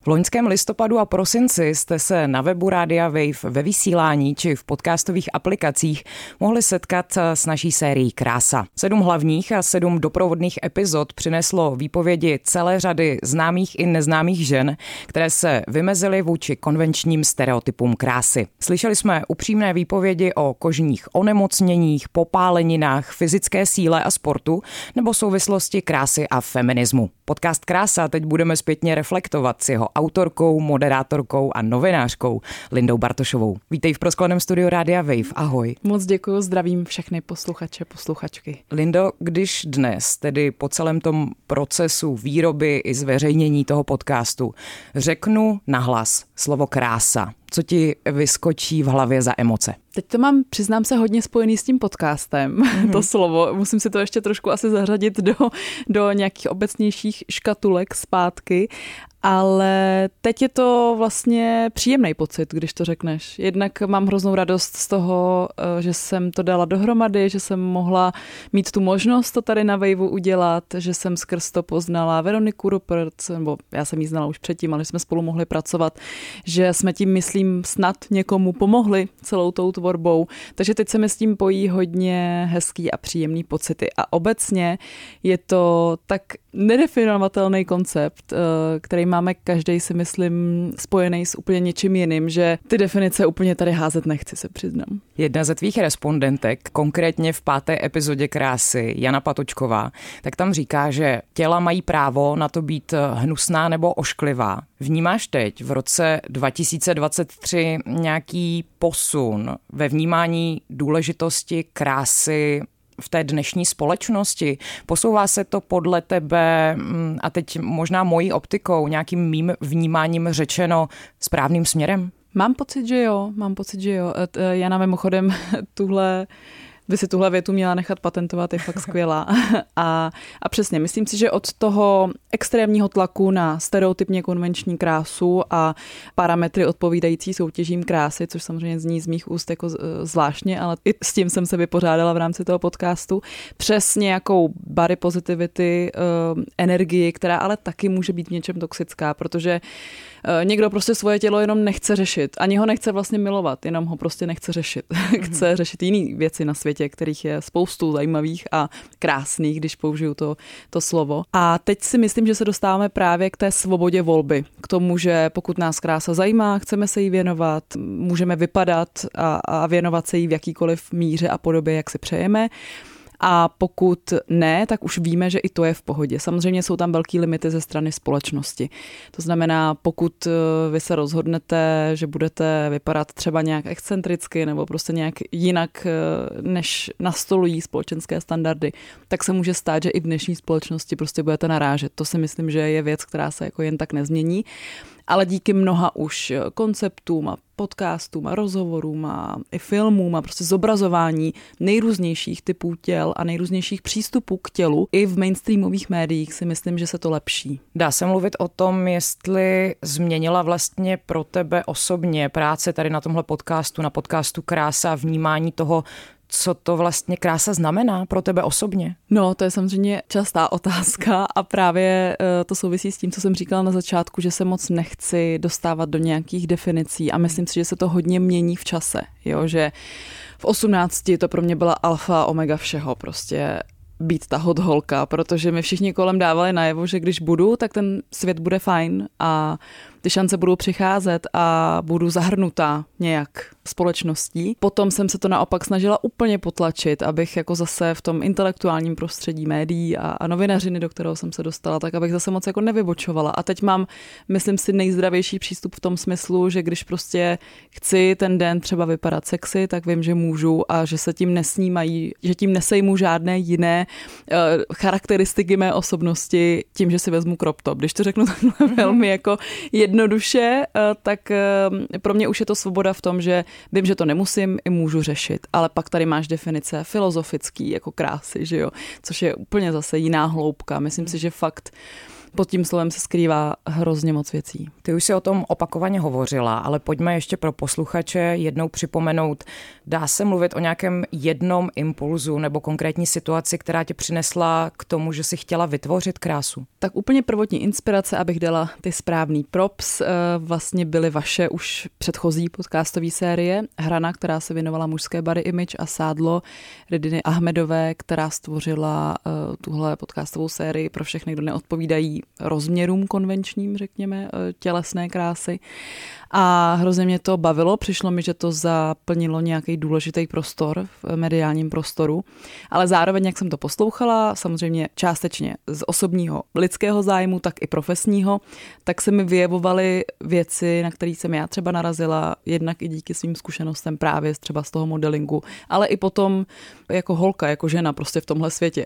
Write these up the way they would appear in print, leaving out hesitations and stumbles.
loňském listopadu a prosinci jste se na webu Rádia Wave ve vysílání či v podcastových aplikacích mohli setkat s naší sérií Krása. 7 hlavních a 7 doprovodných epizod přineslo výpovědi celé řady známých i neznámých žen, které se vymezily vůči konvenčním stereotypům krásy. Slyšeli jsme upřímné výpovědi o kožních onemocněních, popáleninách, fyzické síle a sportu nebo souvislosti krásy a feminismu. Podcast Krása teď budeme zpětně reflektovat s jeho autorkou, moderátorkou a novinářkou Lindou Bartošovou. Vítej v proskleném studiu Rádia Wave. Ahoj. Moc děkuji, zdravím všechny posluchače, posluchačky. Lindo, když dnes, tedy po celém tom procesu výroby i zveřejnění toho podcastu, řeknu nahlas slovo krása, co ti vyskočí v hlavě za emoce? Teď to mám, přiznám se, hodně spojený s tím podcastem, to slovo. Musím si to ještě trošku asi zařadit do nějakých obecnějších škatulek zpátky, ale teď je to vlastně příjemný pocit, když to řekneš. Jednak mám hroznou radost z toho, že jsem to dala dohromady, že jsem mohla mít tu možnost to tady na Waveu udělat, že jsem skrz to poznala Veroniku Rupert, nebo já jsem ji znala už předtím, ale jsme spolu mohli pracovat, že jsme tím, myslím, snad někomu pomohli celou tou tvorbou. Takže teď se mi s tím pojí hodně hezký a příjemný pocity. A obecně je to tak nedefinovatelný koncept, který máme každý, si myslím, spojený s úplně něčím jiným, že ty definice úplně tady házet nechci, se přiznám. Jedna ze tvých respondentek, konkrétně v 5. epizodě Krásy, Jana Patočková, tak tam říká, že těla mají právo na to být hnusná nebo ošklivá. Vnímáš teď v roce 2023 nějaký posun ve vnímání důležitosti krásy v té dnešní společnosti? Posouvá se to podle tebe, a teď možná mojí optikou, nějakým mým vnímáním řečeno, správným směrem? Mám pocit, že jo. Jana mimochodem by si tuhle větu měla nechat patentovat, je fakt skvělá. A přesně, myslím si, že od toho extrémního tlaku na stereotypně konvenční krásu a parametry odpovídající soutěžím krásy, což samozřejmě zní z mých úst jako zvláštně, ale i s tím jsem se vypořádala v rámci toho podcastu, přes nějakou body positivity, energii, která ale taky může být v něčem toxická, protože někdo prostě svoje tělo jenom nechce řešit. Ani ho nechce vlastně milovat, jenom ho prostě nechce řešit. Chce řešit jiné věci na světě, kterých je spoustu zajímavých a krásných, když použiju to slovo. A teď si myslím, že se dostáváme právě k té svobodě volby. K tomu, že pokud nás krása zajímá, chceme se jí věnovat, můžeme vypadat a věnovat se jí v jakýkoliv míře a podobě, jak si přejeme. A pokud ne, tak už víme, že i to je v pohodě. Samozřejmě jsou tam velký limity ze strany společnosti. To znamená, pokud vy se rozhodnete, že budete vypadat třeba nějak excentricky nebo prostě nějak jinak, než nastolují společenské standardy, tak se může stát, že i v dnešní společnosti prostě budete narážet. To si myslím, že je věc, která se jako jen tak nezmění. Ale díky mnoha už konceptům a podcastům a rozhovorům a i filmům a prostě zobrazování nejrůznějších typů těl a nejrůznějších přístupů k tělu i v mainstreamových médiích si myslím, že se to lepší. Dá se mluvit o tom, jestli změnila vlastně pro tebe osobně práce tady na tomhle podcastu, na podcastu Krása, vnímání toho, co to vlastně krása znamená pro tebe osobně? No, to je samozřejmě častá otázka a právě to souvisí s tím, co jsem říkala na začátku, že se moc nechci dostávat do nějakých definicí a myslím si, že se to hodně mění v čase, jo, že v 18 to pro mě byla alfa omega všeho, prostě být ta hot holka, protože mi všichni kolem dávali najevo, že když budu, tak ten svět bude fajn a ty šance budou přicházet a budu zahrnutá nějak společností. Potom jsem se to naopak snažila úplně potlačit, abych jako zase v tom intelektuálním prostředí médií a novinařiny, do kterého jsem se dostala, tak abych zase moc jako nevybočovala. A teď mám, myslím si, nejzdravější přístup v tom smyslu, že když prostě chci ten den třeba vypadat sexy, tak vím, že můžu a že se tím nesnímají, že tím nesejmu žádné jiné charakteristiky mé osobnosti tím, že si vezmu crop top. Když to řeknu takhle velmi jako jednoduše, tak pro mě už je to svoboda v tom, že vím, že to nemusím i můžu řešit, ale pak tady máš definice filozofický jako krásy, že jo, což je úplně zase jiná hloubka. Myslím si, že fakt pod tím slovem se skrývá hrozně moc věcí. Ty už si o tom opakovaně hovořila, ale pojďme ještě pro posluchače jednou připomenout, dá se mluvit o nějakém jednom impulzu nebo konkrétní situaci, která tě přinesla k tomu, že si chtěla vytvořit krásu? Tak úplně prvotní inspirace, abych dala ty správný props, vlastně byly vaše už předchozí podcastové série. Hrana, která se věnovala mužské body image, a Sádlo Rediny Ahmedové, která stvořila tuhle podcastovou sérii pro všechny, kdo neodpovídají rozměrům konvenčním, řekněme, tělesné krásy. A hrozně mě to bavilo, přišlo mi, že to zaplnilo nějaký důležitý prostor v mediálním prostoru, ale zároveň, jak jsem to poslouchala, samozřejmě částečně z osobního lidského zájmu, tak i profesního, tak se mi vyjevovaly věci, na které jsem já třeba narazila, jednak i díky svým zkušenostem právě třeba z toho modelingu, ale i potom jako holka, jako žena prostě v tomhle světě.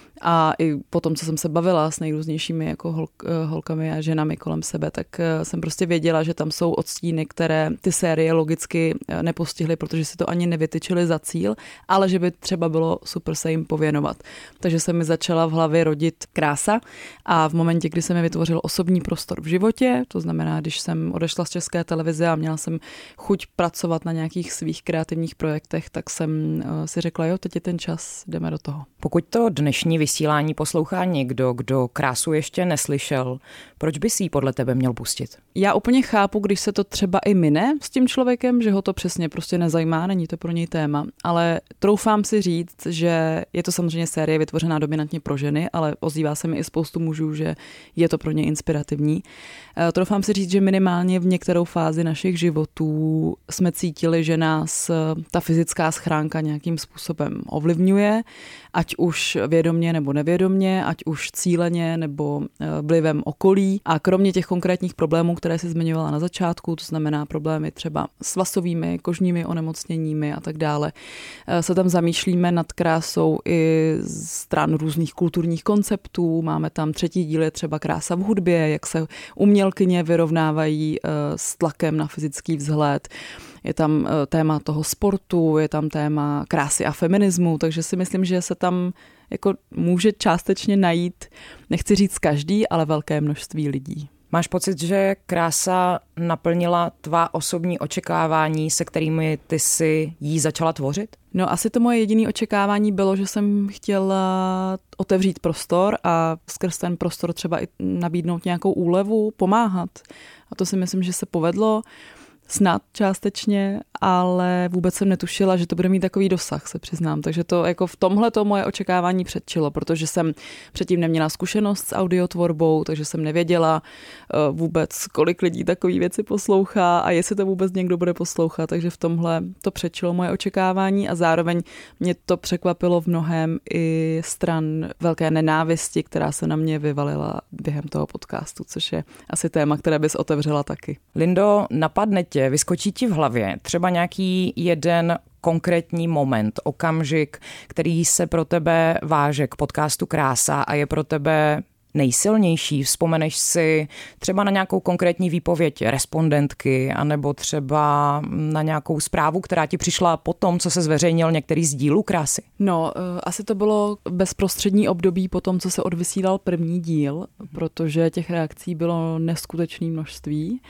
A i potom, co jsem se bavila s nejrůznějšími jako holkami a ženami kolem sebe, tak jsem prostě věděla, že tam jsou odstíny, které ty série logicky nepostihly, protože si to ani nevytyčili za cíl, ale že by třeba bylo super se jim pověnovat. Takže se mi začala v hlavě rodit krása a v momentě, kdy se mi vytvořil osobní prostor v životě, to znamená, když jsem odešla z České televize a měla jsem chuť pracovat na nějakých svých kreativních projektech, tak jsem si řekla, jo, teď je ten čas, jdeme do toho. Pokud to dnešní vysílání poslouchá někdo, kdo krásu ještě neslyšel, proč by si ji podle tebe měl pustit? Já úplně chápu, když se to třeba i mine s tím člověkem, že ho to přesně prostě nezajímá, není to pro něj téma, ale troufám si říct, že je to samozřejmě série vytvořená dominantně pro ženy, ale ozývá se mi i spoustu mužů, že je to pro ně inspirativní. Troufám si říct, že minimálně v některou fázi našich životů jsme cítili, že nás ta fyzická schránka nějakým způsobem ovlivňuje, ať už vědomě nebo nevědomě, ať už cíleně nebo vlivem okolí. A kromě těch konkrétních problémů, které si zmiňovala na začátku, to znamená problémy třeba s vlasovými, kožními onemocněními a tak dále, se tam zamýšlíme nad krásou i stran různých kulturních konceptů. Máme tam 3. díl, je třeba krása v hudbě, jak se umělkyně vyrovnávají s tlakem na fyzický vzhled. Je tam téma toho sportu, je tam téma krásy a feminismu, takže si myslím, že se tam jako může částečně najít, nechci říct každý, ale velké množství lidí. Máš pocit, že krása naplnila tvá osobní očekávání, se kterými ty si jí začala tvořit? No asi to moje jediné očekávání bylo, že jsem chtěla otevřít prostor a skrz ten prostor třeba i nabídnout nějakou úlevu, pomáhat. A to si myslím, že se povedlo. Snad částečně, ale vůbec jsem netušila, že to bude mít takový dosah, se přiznám. Takže to jako v tomhle to moje očekávání předčilo, protože jsem předtím neměla zkušenost s audiotvorbou, takže jsem nevěděla vůbec, kolik lidí takové věci poslouchá a jestli to vůbec někdo bude poslouchat. Takže v tomhle to předčilo moje očekávání a zároveň mě to překvapilo v mnohém i stran velké nenávisti, která se na mě vyvalila během toho podcastu, což je asi téma, které bys otevřela taky. Lindo, napadne tě, vyskočí ti v hlavě třeba nějaký jeden konkrétní moment, okamžik, který se pro tebe váže k podcastu Krása a je pro tebe nejsilnější? Vzpomeneš si třeba na nějakou konkrétní výpověď respondentky anebo třeba na nějakou zprávu, která ti přišla po tom, co se zveřejnil některý z dílů Krásy? No, asi to bylo bezprostřední období po tom, co se odvysílal první díl, protože těch reakcí bylo neskutečné množství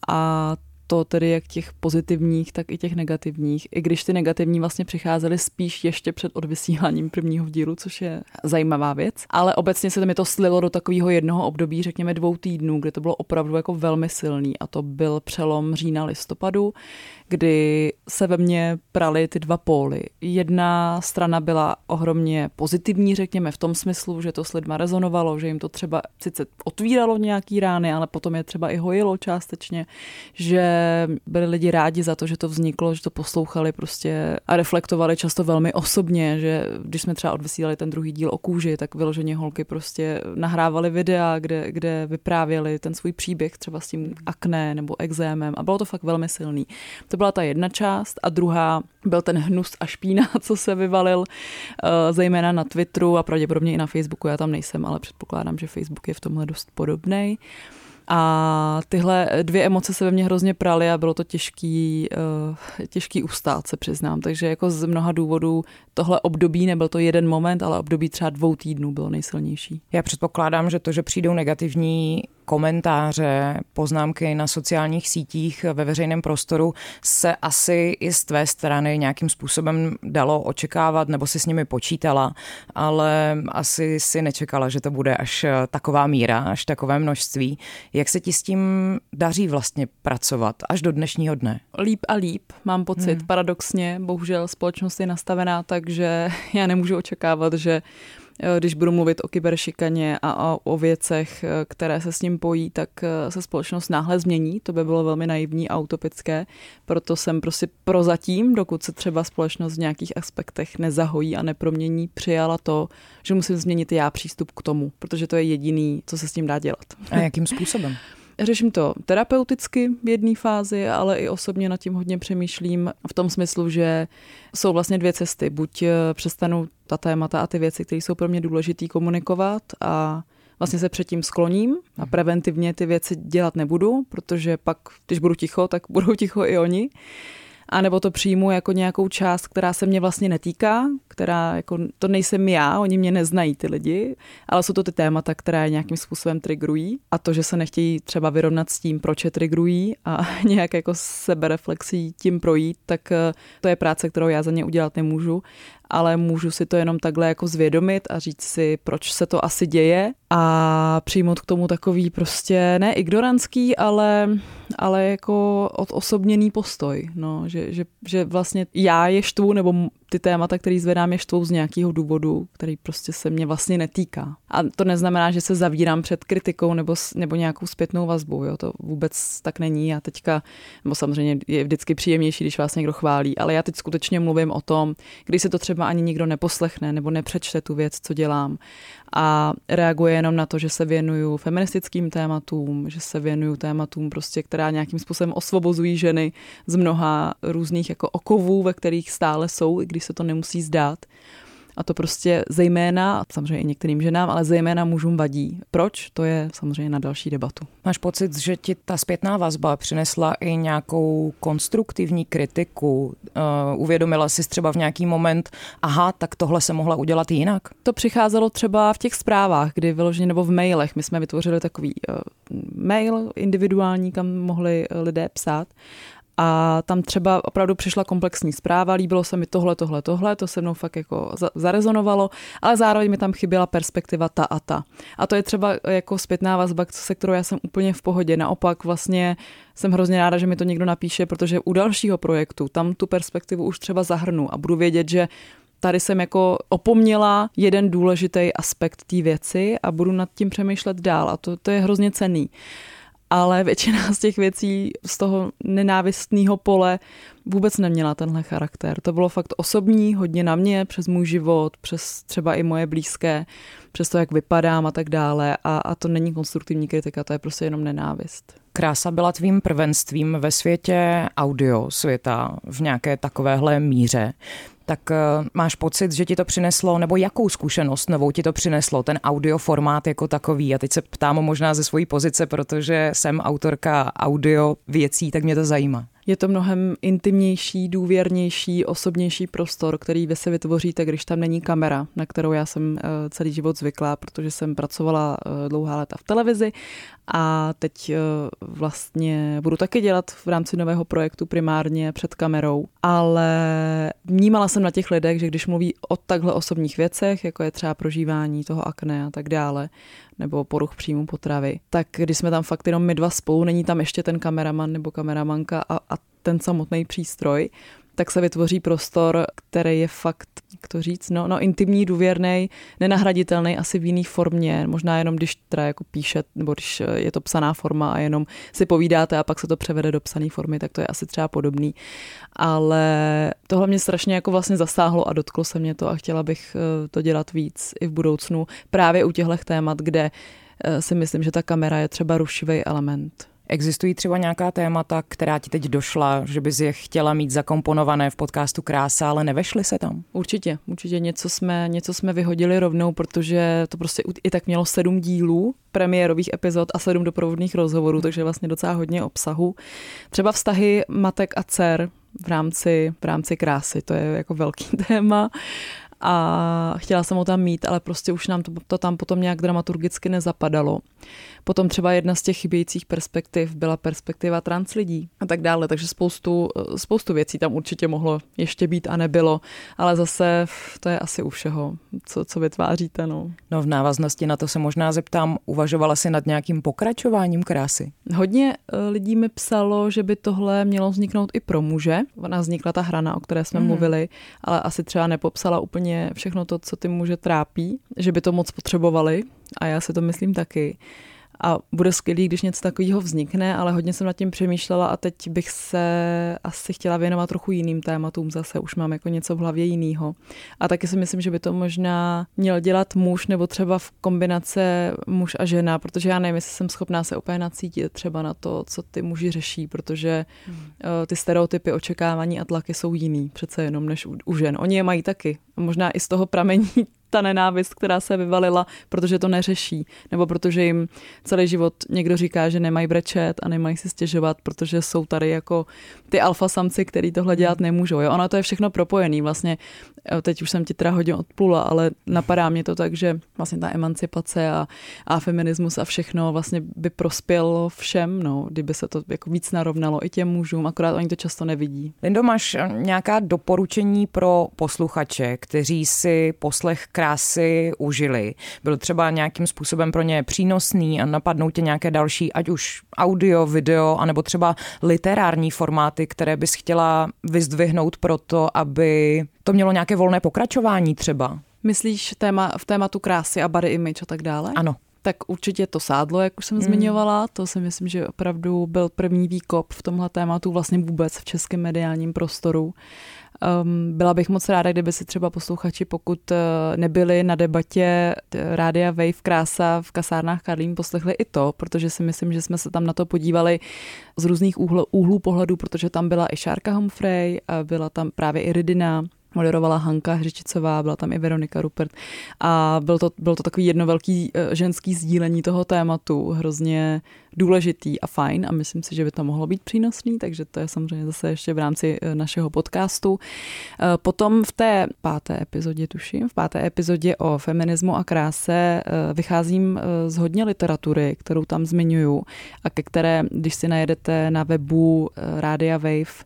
a to tedy jak těch pozitivních, tak i těch negativních. I když ty negativní vlastně přicházely spíš ještě před odvysíláním prvního dílu, což je zajímavá věc. Ale obecně se mi to slilo do takového jednoho období, řekněme 2 týdnů, kdy to bylo opravdu jako velmi silný. A to byl přelom října listopadu, kdy se ve mně praly ty 2 póly. Jedna strana byla ohromně pozitivní, řekněme, v tom smyslu, že to s lidma rezonovalo, že jim to třeba sice otvíralo nějaký rány, ale potom je třeba i hojilo částečně, že byli lidi rádi za to, že to vzniklo, že to poslouchali prostě a reflektovali často velmi osobně, že když jsme třeba odvysílali ten druhý díl o kůži, tak vyloženě holky prostě nahrávali videa, kde vyprávěli ten svůj příběh třeba s tím akné nebo ekzémem a bylo to fakt velmi silný. To byla ta jedna část a druhá byl ten hnus a špína, co se vyvalil zejména na Twitteru a pravděpodobně i na Facebooku. Já tam nejsem, ale předpokládám, že Facebook je v tomhle dost podobnej. A tyhle dvě emoce se ve mně hrozně praly a bylo to těžký ustát, se přiznám. Takže jako z mnoha důvodů tohle období, nebyl to jeden moment, ale období třeba 2 týdnů bylo nejsilnější. Já předpokládám, že to, že přijdou negativní komentáře, poznámky na sociálních sítích, ve veřejném prostoru, se asi i z tvé strany nějakým způsobem dalo očekávat, nebo si s nimi počítala, ale asi si nečekala, že to bude až taková míra, až takové množství. Jak se ti s tím daří vlastně pracovat až do dnešního dne? Líp a líp, mám pocit. Paradoxně, bohužel společnost je nastavená tak, že já nemůžu očekávat, že když budu mluvit o kyberšikaně a o věcech, které se s ním pojí, tak se společnost náhle změní. To by bylo velmi naivní a utopické. Proto jsem prostě prozatím, dokud se třeba společnost v nějakých aspektech nezahojí a nepromění, přijala to, že musím změnit já přístup k tomu, protože to je jediný, co se s tím dá dělat. A jakým způsobem? Řeším to terapeuticky v jedné fázi, ale i osobně nad tím hodně přemýšlím v tom smyslu, že jsou vlastně 2 cesty. Buď přestanu ta témata a ty věci, které jsou pro mě důležitý, komunikovat a vlastně se předtím skloním a preventivně ty věci dělat nebudu, protože pak, když budu ticho, tak budou ticho i oni. A nebo to přijmu jako nějakou část, která se mě vlastně netýká, která jako, to nejsem já, oni mě neznají ty lidi, ale jsou to ty témata, které nějakým způsobem triggerují a to, že se nechtějí třeba vyrovnat s tím, proč je triggerují a nějak jako sebereflexí tím projít, tak to je práce, kterou já za ně udělat nemůžu, ale můžu si to jenom takhle jako zvědomit a říct si, proč se to asi děje a přijmout k tomu takový prostě ne ignorantský, ale jako odosobněný postoj, no, že vlastně já je štvu, nebo ty témata, který zvedám, je štvou z nějakého důvodu, který prostě se mě vlastně netýká. A to neznamená, že se zavírám před kritikou nebo nějakou zpětnou vazbou, jo, to vůbec tak není. Já teďka, nebo samozřejmě je vždycky příjemnější, když vás někdo chválí, ale já teď skutečně mluvím o tom, když se to třeba ani nikdo neposlechne nebo nepřečte tu věc, co dělám a reaguje jenom na to, že se věnuju feministickým tématům, že se věnuju tématům prostě, která nějakým způsobem osvobozují ženy z mnoha různých jako okovů, ve kterých stále jsou, i když se to nemusí zdát. A to prostě zejména, samozřejmě i některým ženám, ale zejména mužům vadí. Proč? To je samozřejmě na další debatu. Máš pocit, že ti ta zpětná vazba přinesla i nějakou konstruktivní kritiku? Uvědomila jsi třeba v nějaký moment, aha, tak tohle se mohla udělat jinak? To přicházelo třeba v těch zprávách, kdy vyloženě, nebo v mailech. My jsme vytvořili takový mail individuální, kam mohli lidé psát. A tam třeba opravdu přišla komplexní zpráva, líbilo se mi tohle, to se mnou fakt jako zarezonovalo, ale zároveň mi tam chyběla perspektiva ta a ta. A to je třeba jako zpětná vazba, se kterou já jsem úplně v pohodě. Naopak vlastně jsem hrozně ráda, že mi to někdo napíše, protože u dalšího projektu tam tu perspektivu už třeba zahrnu a budu vědět, že tady jsem jako opomněla jeden důležitý aspekt té věci a budu nad tím přemýšlet dál a to je hrozně cenný. Ale většina z těch věcí z toho nenávistného pole vůbec neměla tenhle charakter. To bylo fakt osobní, hodně na mě, přes můj život, přes třeba i moje blízké, přes to, jak vypadám a tak dále. A to není konstruktivní kritika, to je prostě jenom nenávist. Krása byla tvým prvenstvím ve světě audio světa v nějaké takovéhle míře. Tak máš pocit, že ti to přineslo, nebo jakou zkušenost novou ti to přineslo, ten audio formát jako takový? A teď se ptám možná ze svojí pozice, protože jsem autorka audio věcí, tak mě to zajímá. Je to mnohem intimnější, důvěrnější, osobnější prostor, který vy se vytvoříte, když tam není kamera, na kterou já jsem celý život zvyklá, protože jsem pracovala dlouhá léta v televizi a teď vlastně budu taky dělat v rámci nového projektu primárně před kamerou, ale vnímala jsem na těch lidech, že když mluví o takhle osobních věcech, jako je třeba prožívání toho akné a tak dále, nebo poruch příjmu potravy, tak když jsme tam fakt jenom my dva spolu, není tam ještě ten kameraman nebo kameramanka a ten samotný přístroj, tak se vytvoří prostor, který je fakt, jak to říct, no intimní, důvěrný, nenahraditelný asi v jiný formě, možná jenom když teda jako píše, nebo když je to psaná forma a jenom si povídáte a pak se to převede do psané formy, tak to je asi třeba podobný. Ale tohle mě strašně jako vlastně zasáhlo a dotklo se mě to a chtěla bych to dělat víc i v budoucnu, právě u těchto témat, kde si myslím, že ta kamera je třeba rušivý element. Existují třeba nějaká témata, která ti teď došla, že bys je chtěla mít zakomponované v podcastu Krása, ale nevešly se tam? Určitě něco jsme vyhodili rovnou, protože to prostě i tak mělo 7 dílů premiérových epizod a 7 doprovodných rozhovorů, takže vlastně docela hodně obsahu. Třeba vztahy matek a dcer v rámci Krásy, to je jako velký téma. A chtěla jsem ho tam mít, ale prostě už nám to tam potom nějak dramaturgicky nezapadalo. Potom třeba jedna z těch chybějících perspektiv byla perspektiva trans lidí a tak dále, takže spoustu věcí tam určitě mohlo ještě být a nebylo, ale zase to je asi u všeho, co vytváříte. No, v návaznosti na to se možná zeptám, uvažovala jsi nad nějakým pokračováním Krásy? Hodně lidí mi psalo, že by tohle mělo vzniknout i pro muže. Ona vznikla ta hrana, o které jsme mluvili, ale asi třeba nepopsala úplně všechno to, co ty muže trápí, že by to moc potřebovali a já si to myslím taky. A bude skvělý, když něco takového vznikne, ale hodně jsem nad tím přemýšlela a teď bych se asi chtěla věnovat trochu jiným tématům zase, už mám jako něco v hlavě jinýho. A taky si myslím, že by to možná měl dělat muž nebo třeba v kombinace muž a žena, protože já nevím, jestli jsem schopná se úplně nacítit třeba na to, co ty muži řeší, protože ty stereotypy, očekávání a tlaky jsou jiný přece jenom než u žen. Oni je mají taky. A možná i z toho pramení ta nenávist, která se vyvalila, protože to neřeší, nebo protože jim celý život někdo říká, že nemají brečet a nemají si stěžovat, protože jsou tady jako ty alfa samci, který tohle dělat nemůžou. Jo? Ono to je všechno propojený. Vlastně teď už jsem ti teda hodně odplula, ale napadá mě to tak, že vlastně ta emancipace a feminismus a všechno vlastně by prospělo všem, no, kdyby se to jako víc narovnalo i těm mužům, akorát oni to často nevidí. Lindo, máš nějaká doporučení pro posluchače, kteří si poslech Krásy užili? Byl třeba nějakým způsobem pro ně přínosný a napadnou tě nějaké další, ať už audio, video, anebo třeba literární formáty, které bys chtěla vyzdvihnout pro to, aby to mělo nějaké volné pokračování třeba? Myslíš v tématu krásy a body image a tak dále? Ano. Tak určitě to Sádlo, jak už jsem zmiňovala, to si myslím, že opravdu byl první výkop v tomhle tématu vlastně vůbec v českém mediálním prostoru. Byla bych moc ráda, kdyby si třeba posluchači, pokud nebyli na debatě Rádia Wave Krása v kasárnách Karlín, poslechli i to, protože si myslím, že jsme se tam na to podívali z různých úhlů pohledu, protože tam byla i Šárka Humphrey, byla tam právě i Rydina, moderovala Hanka Hřičicová, byla tam i Veronika Rupert a byl to takový jedno velký ženský sdílení toho tématu, hrozně důležitý a fajn a myslím si, že by to mohlo být přínosný, takže to je samozřejmě zase ještě v rámci našeho podcastu. Potom v té 5. epizodě, tuším, v 5. epizodě o feminismu a kráse vycházím z hodně literatury, kterou tam zmiňuju a ke které, když si najedete na webu Rádia Wave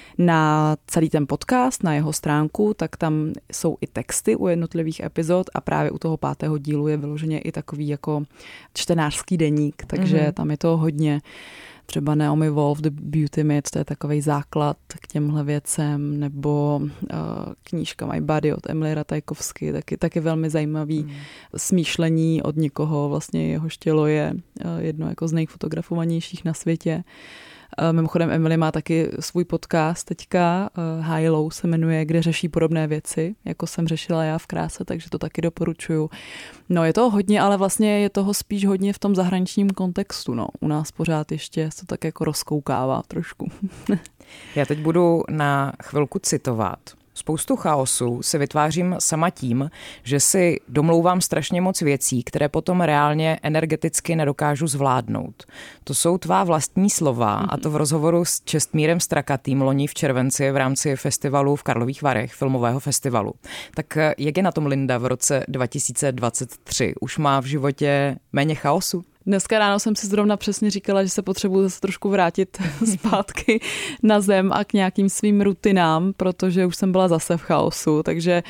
na celý ten podcast, na jeho stránku, tak tam jsou i texty u jednotlivých epizod a právě u toho 5. dílu je vyloženě i takový jako čtenářský deník, takže tam je to hodně. Třeba Naomi Wolf, The Beauty Myth, to je takovej základ k těmhle věcem, nebo knížka My Body od Emily Ratajkovsky, taky velmi zajímavý smýšlení od někoho, vlastně jehož tělo je jedno jako z nejfotografovanějších na světě. Mimochodem Emily má taky svůj podcast teďka, High Low se jmenuje, kde řeší podobné věci, jako jsem řešila já v Kráse, takže to taky doporučuju. No je toho hodně, ale vlastně je toho spíš hodně v tom zahraničním kontextu, no. U nás pořád ještě se to tak jako rozkoukává trošku. Já teď budu na chvilku citovat. Spoustu chaosu si vytvářím sama tím, že si domlouvám strašně moc věcí, které potom reálně energeticky nedokážu zvládnout. To jsou tvá vlastní slova a to v rozhovoru s Čestmírem Strakatým loni v červenci v rámci festivalu v Karlových Varech, filmového festivalu. Tak jak je na tom Linda v roce 2023? Už má v životě méně chaosu? Dneska ráno jsem si zrovna přesně říkala, že se potřebuji zase trošku vrátit zpátky na zem a k nějakým svým rutinám, protože už jsem byla zase v chaosu, takže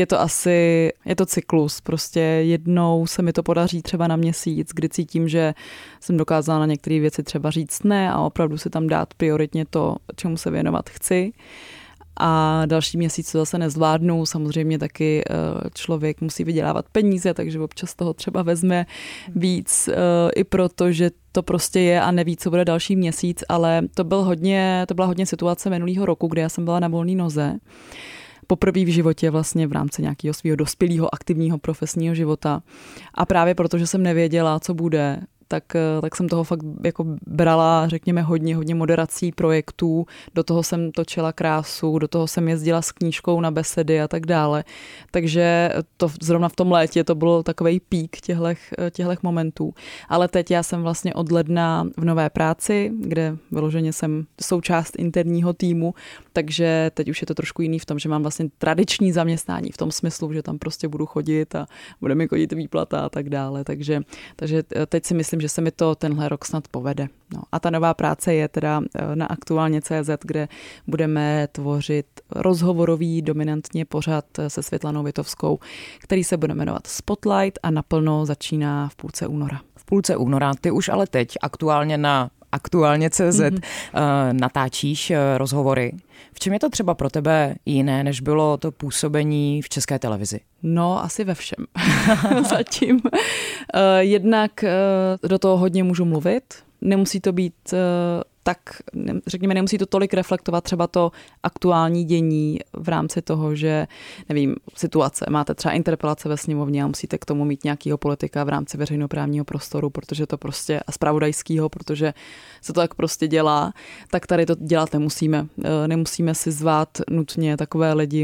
je to cyklus. Prostě jednou se mi to podaří třeba na měsíc, kdy cítím, že jsem dokázala na některé věci třeba říct ne a opravdu si tam dát prioritně to, čemu se věnovat chci. A další měsíc to zase nezvládnu. Samozřejmě taky člověk musí vydělávat peníze, takže občas toho třeba vezme víc i proto, že to prostě je a neví, co bude další měsíc, ale to byla hodně situace minulého roku, kdy já jsem byla na volné noze. Poprvé v životě vlastně v rámci nějakého svého dospělého aktivního profesního života. A právě proto, že jsem nevěděla, co bude, tak jsem toho fakt jako brala, řekněme, hodně moderací projektů, do toho jsem točila krásu, do toho jsem jezdila s knížkou na besedy a tak dále. Takže to zrovna v tom létě to byl takovej pík těchto momentů. Ale teď já jsem vlastně od ledna v nové práci, kde vyloženě jsem součást interního týmu, takže teď už je to trošku jiný v tom, že mám vlastně tradiční zaměstnání v tom smyslu, že tam prostě budu chodit a bude mi chodit výplata a tak dále. Takže teď si myslím, že se mi to tenhle rok snad povede. No. A ta nová práce je teda na Aktuálně.cz, kde budeme tvořit rozhovorový dominantně pořad se Světlanou Vitovskou, který se bude jmenovat Spotlight a naplno začíná v půlce února. V půlce února, ty už ale teď aktuálně na Aktuálně.cz natáčíš rozhovory. V čem je to třeba pro tebe jiné, než bylo to působení v České televizi? No, asi ve všem. Zatím. Jednak do toho hodně můžu mluvit. Nemusí to být tak, řekněme, nemusí to tolik reflektovat třeba to aktuální dění v rámci toho, že, nevím, situace, máte třeba interpelace ve sněmovně a musíte k tomu mít nějakého politika v rámci veřejnoprávního prostoru, protože to prostě, a zpravodajského, protože se to tak prostě dělá, tak tady to dělat nemusíme. Nemusíme si zvát nutně takové lidi,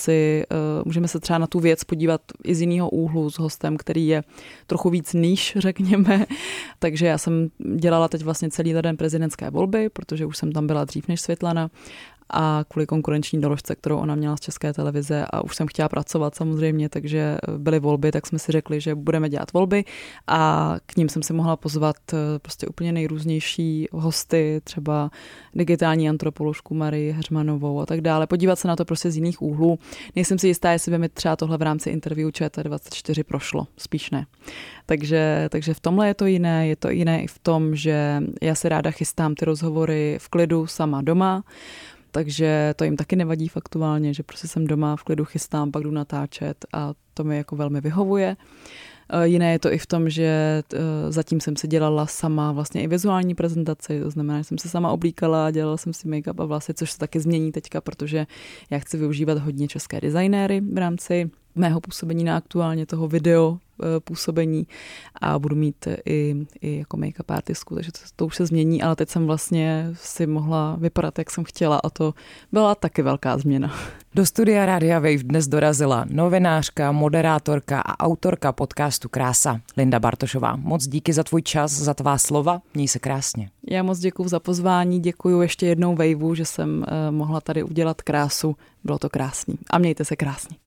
můžeme se třeba na tu věc podívat i z jiného úhlu s hostem, který je trochu víc níž, řekněme. Takže já jsem dělala teď vlastně celý den prezidentské volby, protože už jsem tam byla dřív než Světlana a kvůli konkurenční doložce, kterou ona měla z České televize a už jsem chtěla pracovat samozřejmě, takže byly volby, tak jsme si řekli, že budeme dělat volby a k ním jsem si mohla pozvat prostě úplně nejrůznější hosty, třeba digitální antropoložku Marii Heřmanovou a tak dále. Podívat se na to prostě z jiných úhlů. Nejsem si jistá, jestli by mi třeba tohle v rámci interview ČT24 prošlo, spíš ne. Takže v tomhle je to jiné i v tom, že já si ráda chystám ty rozhovory v klidu sama doma, takže to jim taky nevadí faktuálně, že prostě jsem doma v klidu chystám, pak jdu natáčet a to mi jako velmi vyhovuje. Jiné je to i v tom, že zatím jsem si dělala sama vlastně i vizuální prezentaci, to znamená, že jsem se sama oblíkala, dělala jsem si make-up a vlasy, což se taky změní teďka, protože já chci využívat hodně české designéry v rámci mého působení na Aktuálně, toho video působení a budu mít i jako make-up artistku, takže to už se změní, ale teď jsem vlastně si mohla vypadat, jak jsem chtěla a to byla taky velká změna. Do studia Rádia Wave dnes dorazila novinářka, moderátorka a autorka podcastu Krása, Linda Bartošová. Moc díky za tvůj čas, za tvá slova, měj se krásně. Já moc děkuju za pozvání, děkuju ještě jednou Waveu, že jsem mohla tady udělat krásu, bylo to krásný a mějte se krásně.